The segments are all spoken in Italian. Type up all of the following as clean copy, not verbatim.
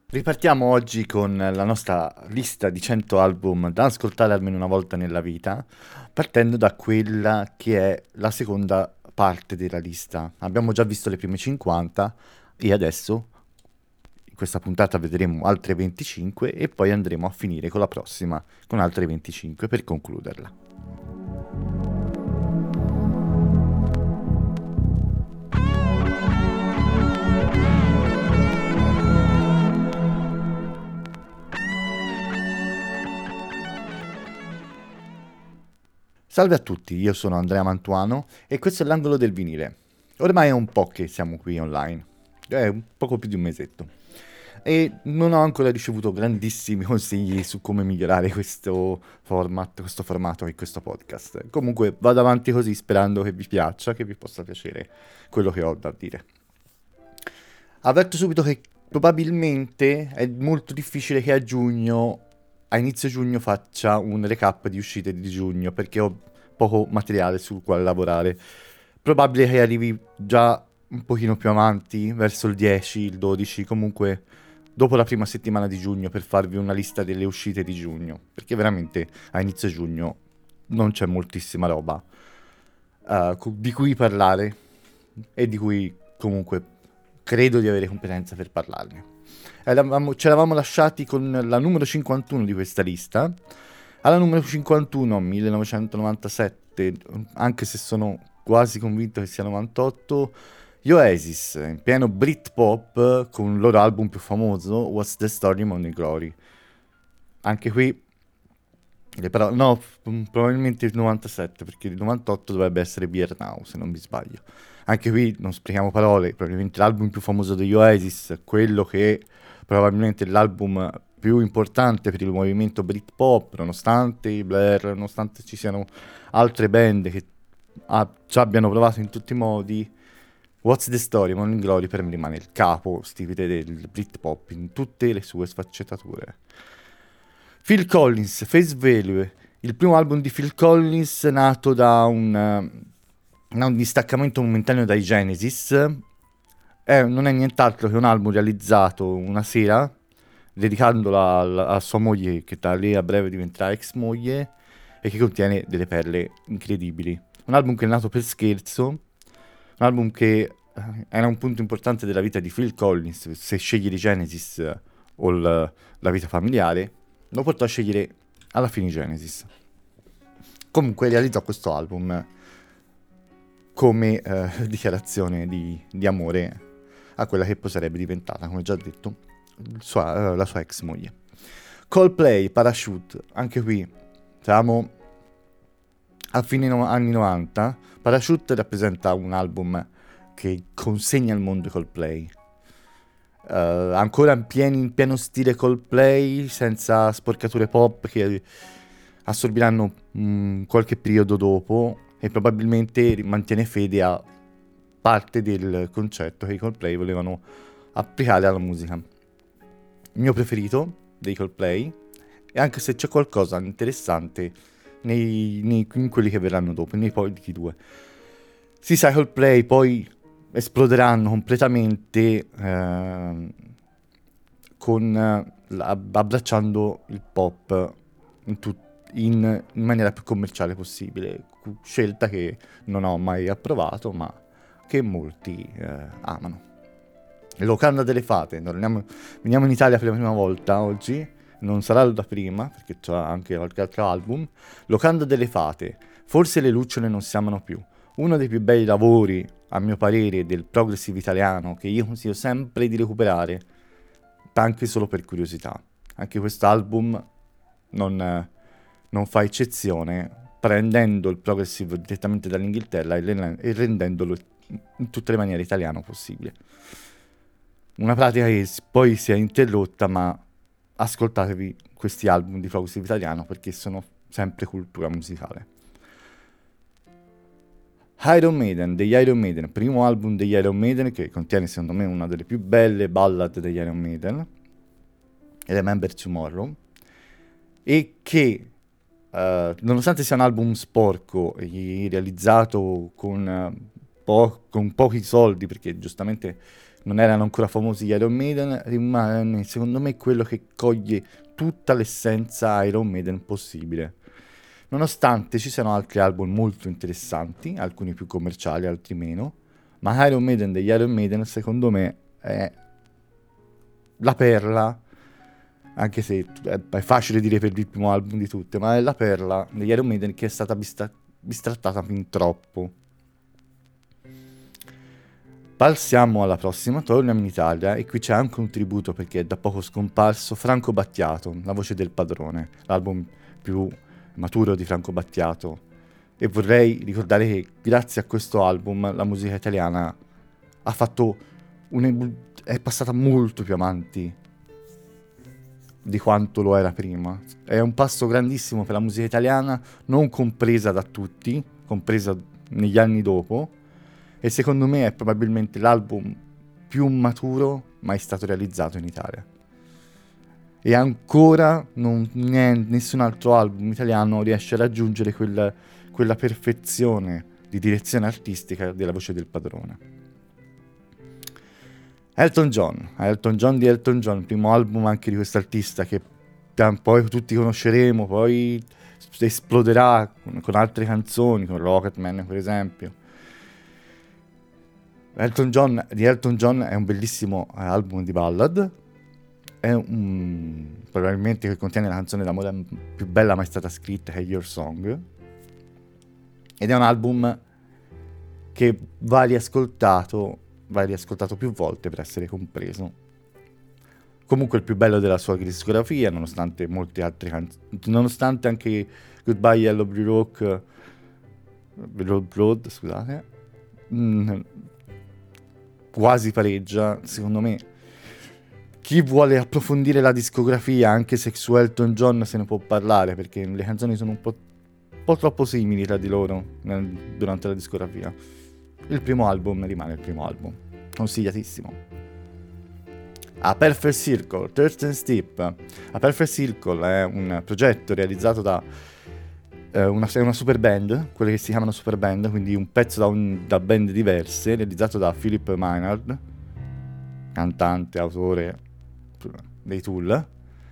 Ripartiamo oggi con la nostra lista di 100 album da ascoltare almeno una volta nella vita, partendo da quella che è la seconda parte della lista. Abbiamo già visto le prime 50 e adesso in questa puntata vedremo altre 25 e poi andremo a finire con la prossima con altre 25 per concluderla. Salve a tutti, io sono Andrea Mantuano e questo è l'angolo del vinile. Ormai è un po' che siamo qui online, è un poco più di un mesetto e non ho ancora ricevuto grandissimi consigli su come migliorare questo formato e questo podcast. Comunque vado avanti così sperando che vi piaccia, che vi possa piacere quello che ho da dire. Avverto subito che probabilmente è molto difficile che a inizio giugno, faccia un recap di uscite di giugno perché ho poco materiale sul quale lavorare. Probabile che arrivi già un pochino più avanti, verso il 10, il 12, comunque dopo la prima settimana di giugno per farvi una lista delle uscite di giugno, perché veramente a inizio giugno non c'è moltissima roba di cui parlare e di cui comunque credo di avere competenza per parlarne. Ci eravamo lasciati con la numero 51 di questa lista. Alla numero 51, 1997, anche se sono quasi convinto che sia 98, gli Oasis, in pieno Britpop, con il loro album più famoso, What's the Story, Morning Glory. Anche qui no, probabilmente il 97, perché il 98 dovrebbe essere Beer Now, se non mi sbaglio. Anche qui non sprechiamo parole, probabilmente l'album più famoso degli Oasis, quello che probabilmente è l'album più importante per il movimento Britpop, nonostante i Blair, nonostante ci siano altre band che ci abbiano provato in tutti i modi. What's the Story, Morning Glory per me rimane il capo stipite del Britpop in tutte le sue sfaccettature. Phil Collins, Face Value, il primo album di Phil Collins nato da un distaccamento momentaneo dai Genesis. Non è nient'altro che un album realizzato una sera, dedicandola a sua moglie, che da lì a breve diventerà ex moglie, e che contiene delle perle incredibili. Un album che è nato per scherzo, un album che era un punto importante della vita di Phil Collins, se scegli i Genesis o la vita familiare, lo portò a scegliere alla fine i Genesis. Comunque realizzò questo album come dichiarazione di amore a quella che poi sarebbe diventata, come già detto, la sua ex moglie. Coldplay, Parachute, anche qui siamo a fine anni 90. Parachute rappresenta un album che consegna al mondo Coldplay. Ancora in pieno stile Coldplay, senza sporcature pop che assorbiranno qualche periodo dopo, e probabilmente mantiene fede a parte del concetto che i Coldplay volevano applicare alla musica. Il mio preferito dei Coldplay, e anche se c'è qualcosa di interessante in quelli che verranno dopo, nei poi di due. Si sa, Coldplay poi esploderanno completamente abbracciando il pop in maniera più commerciale possibile, scelta che non ho mai approvato ma che molti amano. Locanda delle Fate, veniamo in Italia per la prima volta oggi, non sarà la prima perché c'è anche qualche altro album. Locanda delle Fate, forse le lucciole non si amano più, uno dei più belli lavori a mio parere del progressive italiano che io consiglio sempre di recuperare, anche solo per curiosità. Anche questo album non fa eccezione, prendendo il progressive direttamente dall'Inghilterra e rendendolo in tutte le maniere italiano possibile. Una pratica che poi si è interrotta, ma ascoltatevi questi album di progressive italiano perché sono sempre cultura musicale. Iron Maiden, degli Iron Maiden, primo album degli Iron Maiden che contiene secondo me una delle più belle ballad degli Iron Maiden, Remember Tomorrow, e che nonostante sia un album sporco e realizzato con pochi soldi, perché giustamente non erano ancora famosi gli Iron Maiden, rimane secondo me quello che coglie tutta l'essenza Iron Maiden possibile. Nonostante ci siano altri album molto interessanti, alcuni più commerciali, altri meno, ma Iron Maiden degli Iron Maiden secondo me è la perla, anche se è facile dire per il primo album di tutte, ma è la perla degli Iron Maiden che è stata bistrattata fin troppo. Passiamo alla prossima, torniamo in Italia e qui c'è anche un tributo perché è da poco scomparso Franco Battiato, La voce del padrone, l'album più maturo di Franco Battiato. E vorrei ricordare che grazie a questo album la musica italiana ha fatto è passata molto più avanti di quanto lo era prima. È un passo grandissimo per la musica italiana, non compresa da tutti, compresa negli anni dopo, e secondo me è probabilmente l'album più maturo mai stato realizzato in Italia. E ancora nessun altro album italiano riesce a raggiungere quella perfezione di direzione artistica della voce del padrone. Elton John di Elton John, primo album anche di quest'artista che poi tutti conosceremo, poi esploderà con altre canzoni, con Rocketman per esempio. Di Elton John è un bellissimo album di ballad, probabilmente che contiene la canzone d'amore più bella mai stata scritta, che è Your Song, ed è un album che va riascoltato più volte per essere compreso. Comunque il più bello della sua discografia, nonostante molte altre canzoni, nonostante anche Goodbye Yellow Brick Road, scusate, quasi pareggia, secondo me. Chi vuole approfondire la discografia, anche se su Elton John se ne può parlare, perché le canzoni sono un po' troppo simili tra di loro durante la discografia. Il primo album rimane il primo album, consigliatissimo. A Perfect Circle, Third Step. A Perfect Circle è un progetto realizzato da una super band, quelle che si chiamano super band, quindi un pezzo da band diverse, realizzato da Philip Maynard, cantante, autore dei Tool,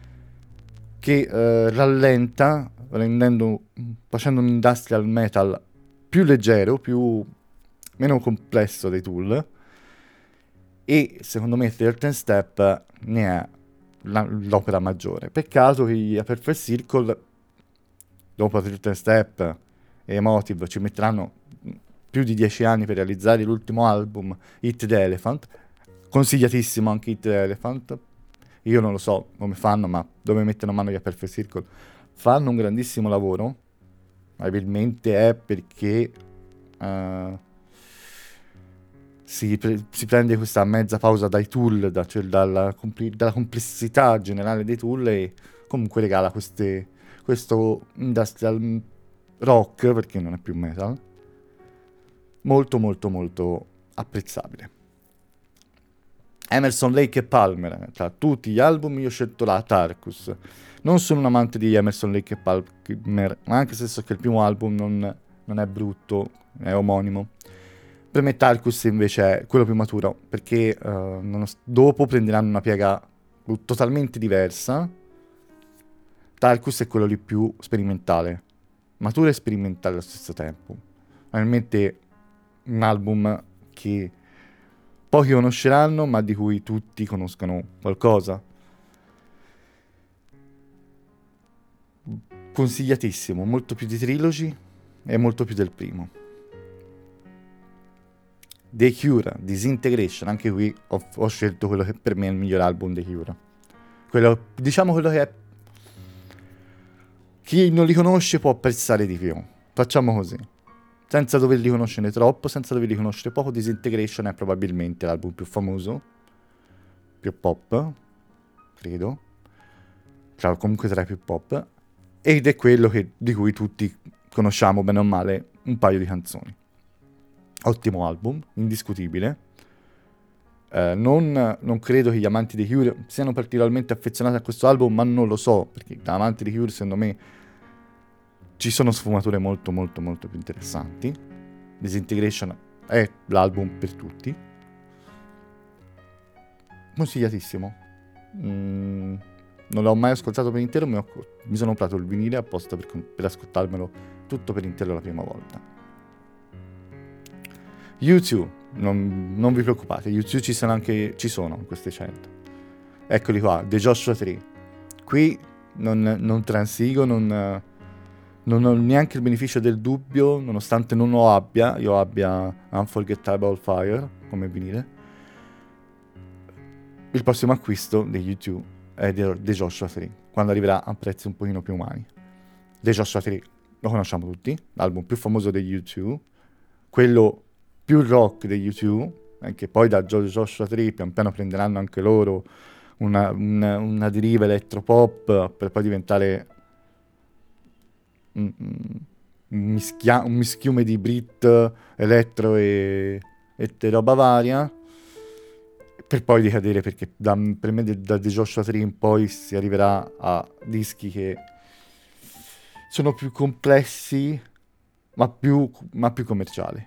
che rallenta, facendo un industrial metal più leggero, meno complesso dei Tool, e secondo me Third Step ne è l'opera maggiore. Peccato che a Perfect Circle, dopo Third Step e Emotive, ci metteranno più di 10 anni per realizzare l'ultimo album, Hit the Elephant. Consigliatissimo anche Hit the Elephant. Io non lo so come fanno, ma dove mettono mano a Perfect Circle fanno un grandissimo lavoro. Probabilmente è perché si prende questa mezza pausa dai Tool, cioè dalla complessità generale dei Tool, e comunque regala questo industrial rock, perché non è più metal, molto molto molto apprezzabile. Emerson, Lake e Palmer, tra tutti gli album io ho scelto la Tarkus. Non sono un amante di Emerson, Lake e Palmer, ma anche se so che il primo album non è brutto, è omonimo. Per me Tarkus invece è quello più maturo, perché dopo prenderanno una piega totalmente diversa. Tarkus è quello lì più sperimentale, maturo e sperimentale allo stesso tempo. Realmente un album che pochi conosceranno, ma di cui tutti conoscono qualcosa. Consigliatissimo, molto più di Trilogy e molto più del primo. The Cure, Disintegration, anche qui ho scelto quello che per me è il miglior album The Cure. Quello che è... Chi non li conosce può apprezzare di più. Facciamo così. Senza doverli conoscere troppo, senza doverli conoscere poco, Disintegration è probabilmente l'album più famoso, più pop, credo, comunque tra i più pop, ed è quello di cui tutti conosciamo bene o male un paio di canzoni. Ottimo album, indiscutibile. Non credo che gli amanti di Cure siano particolarmente affezionati a questo album, ma non lo so, perché da amanti di Cure secondo me ci sono sfumature molto molto molto più interessanti. Disintegration è l'album per tutti. consigliatissimo. Non l'ho mai ascoltato per intero, mi sono comprato il vinile apposta per ascoltarmelo tutto per intero la prima volta. U2, non vi preoccupate, U2 ci sono in queste 100. Eccoli qua, The Joshua Tree. Qui non transigo, non ho neanche il beneficio del dubbio, nonostante io abbia Unforgettable Fire come vinile. Il prossimo acquisto degli U2 è The Joshua Tree, quando arriverà a prezzi un pochino più umani. The Joshua Tree lo conosciamo tutti, l'album più famoso degli U2, quello più rock degli U2, anche poi da Joshua Tree pian piano prenderanno anche loro una deriva elettropop per poi diventare un mischiume di Brit, elettro e roba varia, per poi decadere, perché per me da The Joshua Tree in poi si arriverà a dischi che sono più complessi ma più commerciali.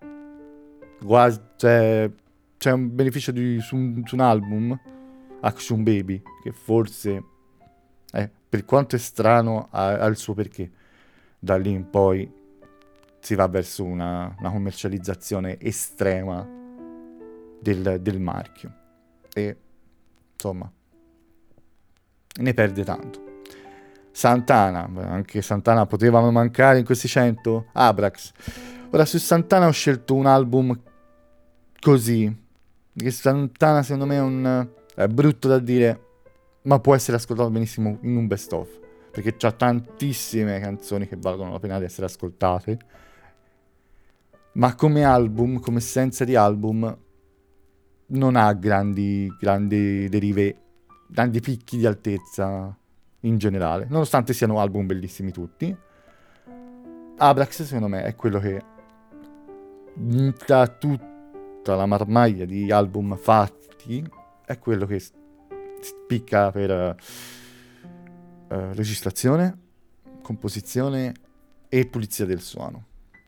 C'è un beneficio su un album, Action Baby, che forse per quanto è strano ha il suo perché. Da lì in poi si va verso una commercializzazione estrema del marchio e insomma ne perde tanto. Santana, anche Santana potevano mancare in questi 100. Abrax. Ora su Santana ho scelto un album così, che Santana secondo me è brutto da dire, ma può essere ascoltato benissimo in un best of, perché c'ha tantissime canzoni che valgono la pena di essere ascoltate, ma come album, come essenza di album, non ha grandi derive, grandi picchi di altezza in generale, nonostante siano album bellissimi tutti. Abrax secondo me è quello che tra tutta la marmaglia di album fatti è quello che spicca per registrazione, composizione e pulizia del suono.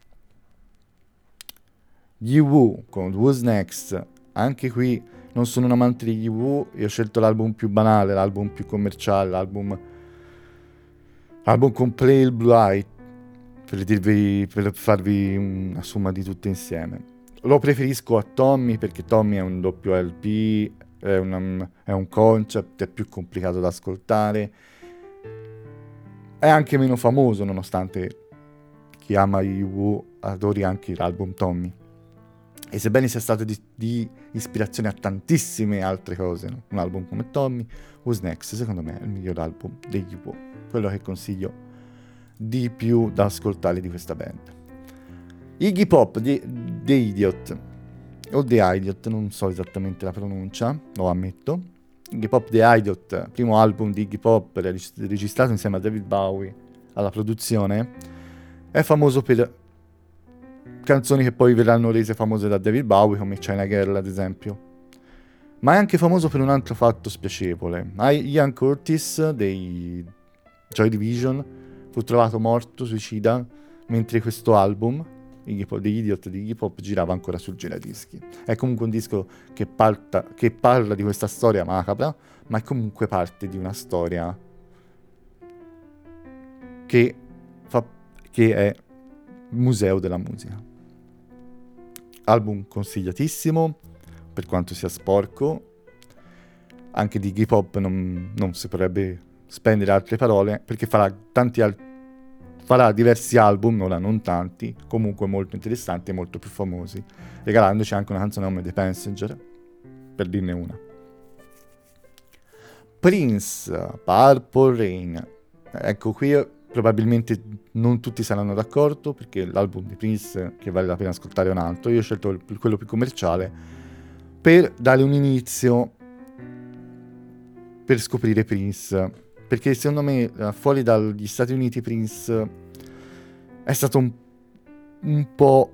Gli Who con Who's Next, anche qui non sono un amante degli Who, io ho scelto l'album più banale, l'album più commerciale, l'album con Play il Blue Eye, per farvi una somma di tutto insieme. Lo preferisco a Tommy perché Tommy è un doppio LP, è un concept, è più complicato da ascoltare, è anche meno famoso, nonostante chi ama gli Who adori anche l'album Tommy. E sebbene sia stato di ispirazione a tantissime altre cose, no? Un album come Tommy, Who's Next secondo me è il miglior album degli Who, quello che consiglio di più da ascoltare di questa band. Iggy Pop, The Idiot, o The Idiot, non so esattamente la pronuncia, lo ammetto. Iggy Pop, The Idiot, primo album di Iggy Pop registrato insieme a David Bowie alla produzione, è famoso per canzoni che poi verranno rese famose da David Bowie, come China Girl ad esempio, ma è anche famoso per un altro fatto spiacevole. Ian Curtis dei Joy Division fu trovato morto, suicida, mentre questo album degli Idiot di Iggy Pop girava ancora sul giradischi. È comunque un disco che parla di questa storia macabra, ma è comunque parte di una storia che è museo della musica. Album consigliatissimo, per quanto sia sporco. Anche di Iggy Pop non si potrebbe spendere altre parole, perché farà diversi album, ora non tanti, comunque molto interessanti e molto più famosi, regalandoci anche una canzone come The Passenger, per dirne una. Prince, Purple Rain. Ecco, qui probabilmente non tutti saranno d'accordo, perché l'album di Prince che vale la pena ascoltare è un altro. Io ho scelto quello più commerciale per dare un inizio, per scoprire Prince, perché secondo me fuori dagli Stati Uniti Prince è stato un po'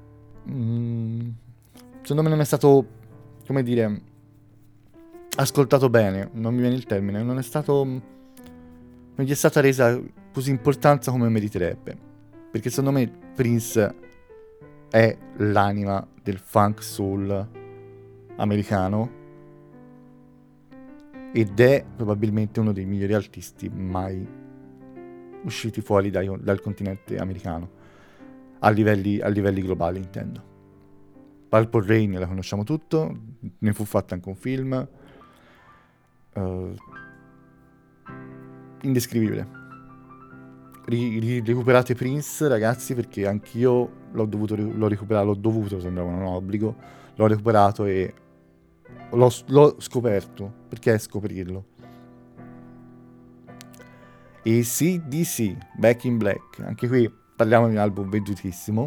secondo me non è stato, come dire, ascoltato bene, non mi viene il termine, non gli è stata resa così importanza come meriterebbe, perché secondo me Prince è l'anima del funk soul americano, ed è probabilmente uno dei migliori artisti mai usciti fuori dal continente americano, a livelli globali intendo. Purple Rain la conosciamo tutto, ne fu fatto anche un film, indescrivibile. Recuperate Prince, ragazzi, perché anch'io l'ho recuperato, sembrava un obbligo, l'ho recuperato e l'ho scoperto, perché scoprirlo. E AC/DC, Back in Black, anche qui parliamo di un album vendutissimo,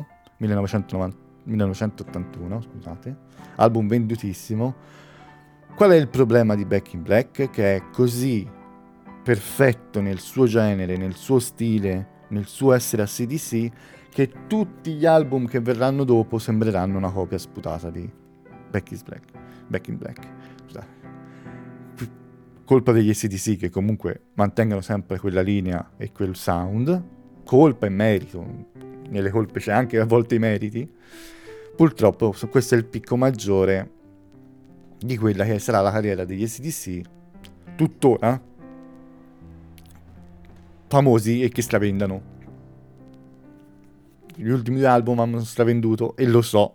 1981, scusate, album vendutissimo. Qual è il problema di Back in Black? Che è così perfetto nel suo genere, nel suo stile, nel suo essere AC/DC, che tutti gli album che verranno dopo sembreranno una copia sputata di Back in Black. Scusate. Colpa degli AC/DC che comunque mantengono sempre quella linea e quel sound, colpa e merito, nelle colpe c'è anche a volte i meriti. Purtroppo questo è il picco maggiore di quella che sarà la carriera degli AC/DC tuttora famosi e che stravendano. Gli ultimi due album hanno stravenduto e lo so,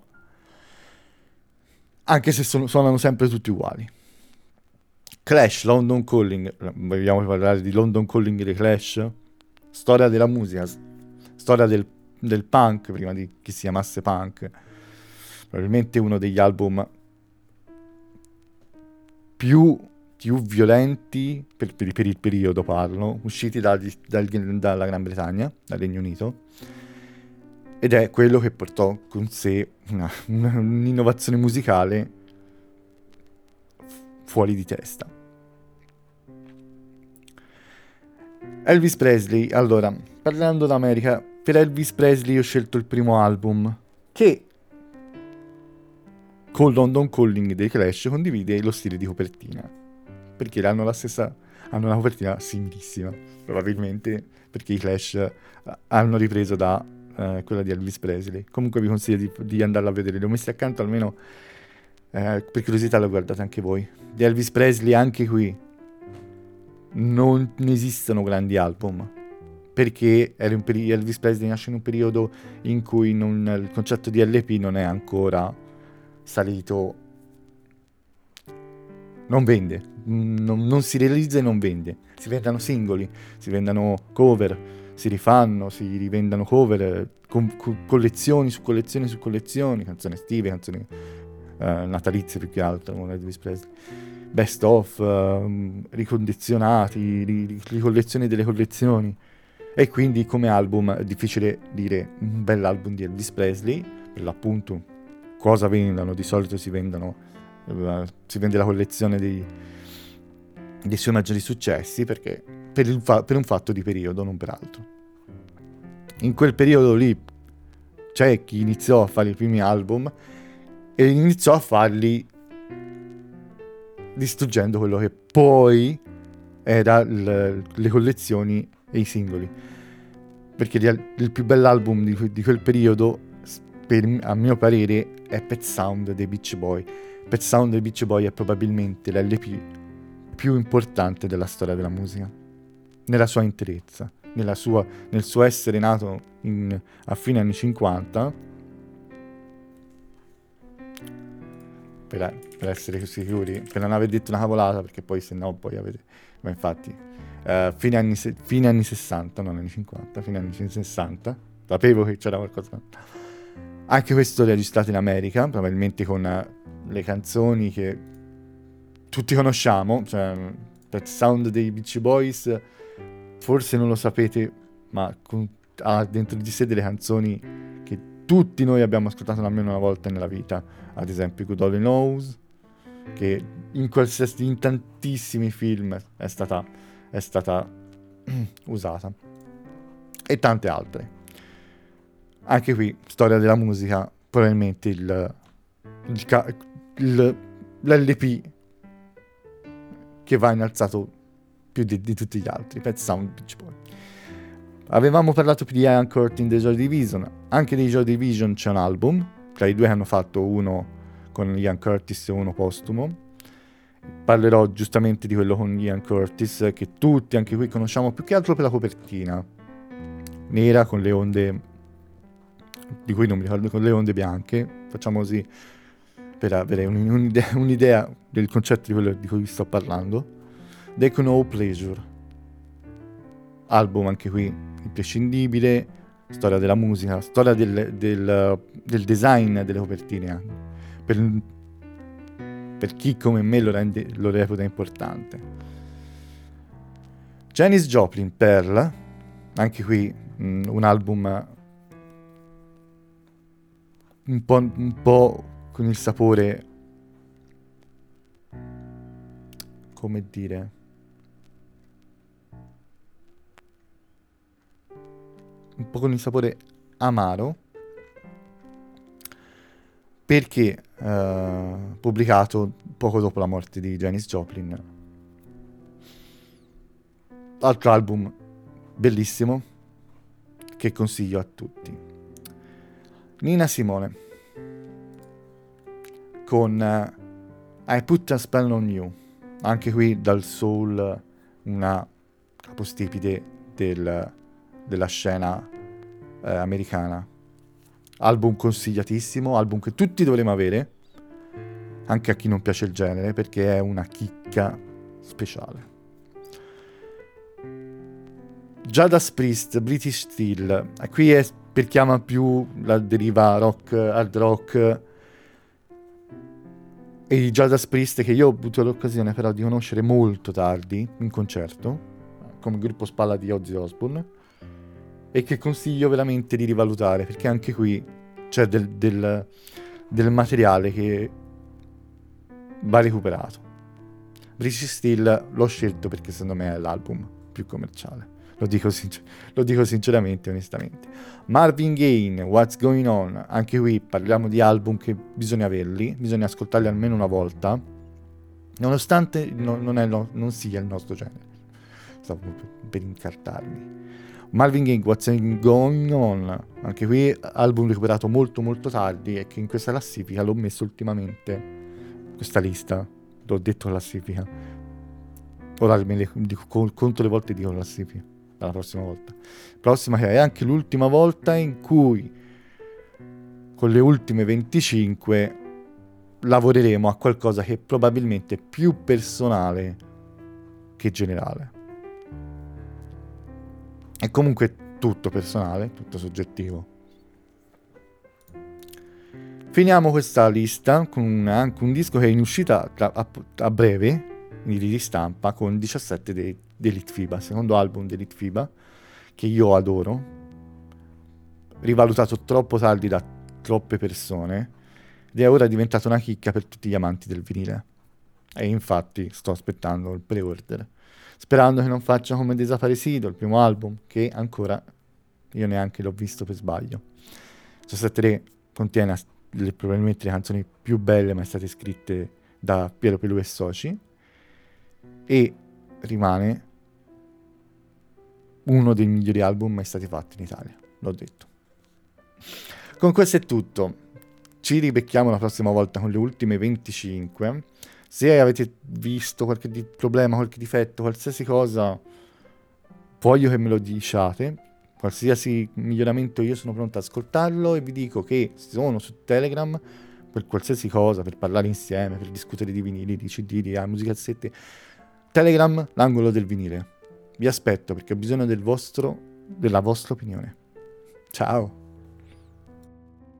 anche se suonano sempre tutti uguali. Clash, London Calling, vogliamo parlare di London Calling dei Clash? Storia della musica, storia del punk, prima di che si chiamasse punk. Probabilmente uno degli album più violenti, per il periodo parlo, usciti dalla Gran Bretagna, dal Regno Unito, ed è quello che portò con sé un'innovazione musicale fuori di testa. Elvis Presley, allora, parlando d'America, per Elvis Presley ho scelto il primo album che con London Calling dei Clash condivide lo stile di copertina, perché hanno una copertina similissima, probabilmente perché i Clash hanno ripreso da quella di Elvis Presley. Comunque vi consiglio di andarla a vedere, li ho messi accanto almeno per curiosità, lo guardate anche voi. Di Elvis Presley anche qui non esistono grandi album, perché Elvis Presley nasce in un periodo in cui il concetto di LP non è ancora salito, non vende, non si realizza e non vende, si vendano singoli, si vendano cover, si rivendano cover, collezioni su collezioni su collezioni, canzoni estive, canzoni natalizie più che altro con Elvis Presley, best of, ricondizionati, ricollezioni delle collezioni. E quindi come album è difficile dire un bell'album di Elvis Presley, per l'appunto cosa vendono, di solito si vende la collezione dei suoi maggiori successi, perché per un fatto di periodo, non per altro. In quel periodo lì c'è chi iniziò a fare i primi album e iniziò a farli distruggendo quello che poi era le collezioni e i singoli, perché il più bell'album di quel periodo, a mio parere, è Pet Sound dei Beach Boy. Pet Sound dei Beach Boy è probabilmente l'LP più importante della storia della musica, nella sua interezza, nel suo essere nato a fine anni 50, per essere sicuri, per non aver detto una cavolata, perché poi se no poi avete... Ma infatti, fine anni 60, non anni 50, fine anni 60, sapevo che c'era qualcosa. Anche questo registrato in America, probabilmente con le canzoni che tutti conosciamo, cioè Pet Sound dei Beach Boys, forse non lo sapete, ma ha dentro di sé delle canzoni che tutti noi abbiamo ascoltato almeno una volta nella vita, ad esempio Good Only Knows, che in tantissimi film è stata usata, e tante altre. Anche qui, storia della musica, probabilmente l'LP che va innalzato più di tutti gli altri, Pet Sound Beach Boy. Avevamo parlato più di Ian Curtin dei Joy Division, anche dei Joy Division c'è un album, tra i due hanno fatto uno con Ian Curtis e uno postumo, Parlerò giustamente di quello con Ian Curtis, che tutti anche qui conosciamo più che altro per la copertina nera con le onde, di cui non mi ricordo, con le onde bianche. Facciamo così per avere un'idea del concetto di quello di cui vi sto parlando. The No Pleasure, album anche qui imprescindibile, storia della musica, storia del design delle copertine, per chi come me lo reputa importante. Janis Joplin, Pearl, anche qui un album un po' con il sapore, come dire, un po' con il sapore amaro, perché pubblicato poco dopo la morte di Janis Joplin. Altro album bellissimo che consiglio a tutti. Nina Simone con I Put a Spell on You, anche qui dal soul, una capostipite della scena americana. Album consigliatissimo, album che tutti dovremo avere, anche a chi non piace il genere, perché è una chicca speciale. Judas Priest, British Steel, qui è per chi ama più la deriva rock, hard rock, e di Judas Priest, che io ho avuto l'occasione però di conoscere molto tardi in concerto, come gruppo spalla di Ozzy Osbourne, e che consiglio veramente di rivalutare, perché anche qui c'è del materiale che va recuperato. British Steel l'ho scelto perché secondo me è l'album più commerciale, lo dico sinceramente, onestamente. Marvin Gaye, What's Going On, anche qui parliamo di album che bisogna averli, bisogna ascoltarli almeno una volta, nonostante non sia il nostro genere. Stavo per incartarmi. Marvin Gaye, What's Going On, anche qui album recuperato molto molto tardi e che in questa classifica l'ho messo ultimamente, questa lista, l'ho detto classifica, ora conto le volte dico classifica, dalla prossima volta. Prossima che è anche l'ultima volta in cui con le ultime 25 lavoreremo a qualcosa che è probabilmente più personale che generale. È comunque tutto personale, tutto soggettivo. Finiamo questa lista con anche un disco che è in uscita a breve, di ristampa, con 17 di Elite FIBA, secondo album di Elite FIBA, che io adoro, rivalutato troppo tardi da troppe persone, ed è ora diventato una chicca per tutti gli amanti del vinile. E infatti sto aspettando il pre-order, sperando che non faccia come Desaparecido, il primo album, che ancora io neanche l'ho visto per sbaglio. 17 contiene probabilmente le canzoni più belle mai state scritte da Piero Pelù e Soci, e rimane uno dei migliori album mai stati fatti in Italia, l'ho detto. Con questo è tutto, ci ribecchiamo la prossima volta con le ultime 25. Se avete visto qualche problema, qualche difetto, qualsiasi cosa, voglio che me lo diciate. Qualsiasi miglioramento io sono pronto ad ascoltarlo, e vi dico che sono su Telegram per qualsiasi cosa, per parlare insieme, per discutere di vinili, di CD, di musicazzette. Telegram, l'angolo del vinile. Vi aspetto perché ho bisogno della vostra opinione. Ciao!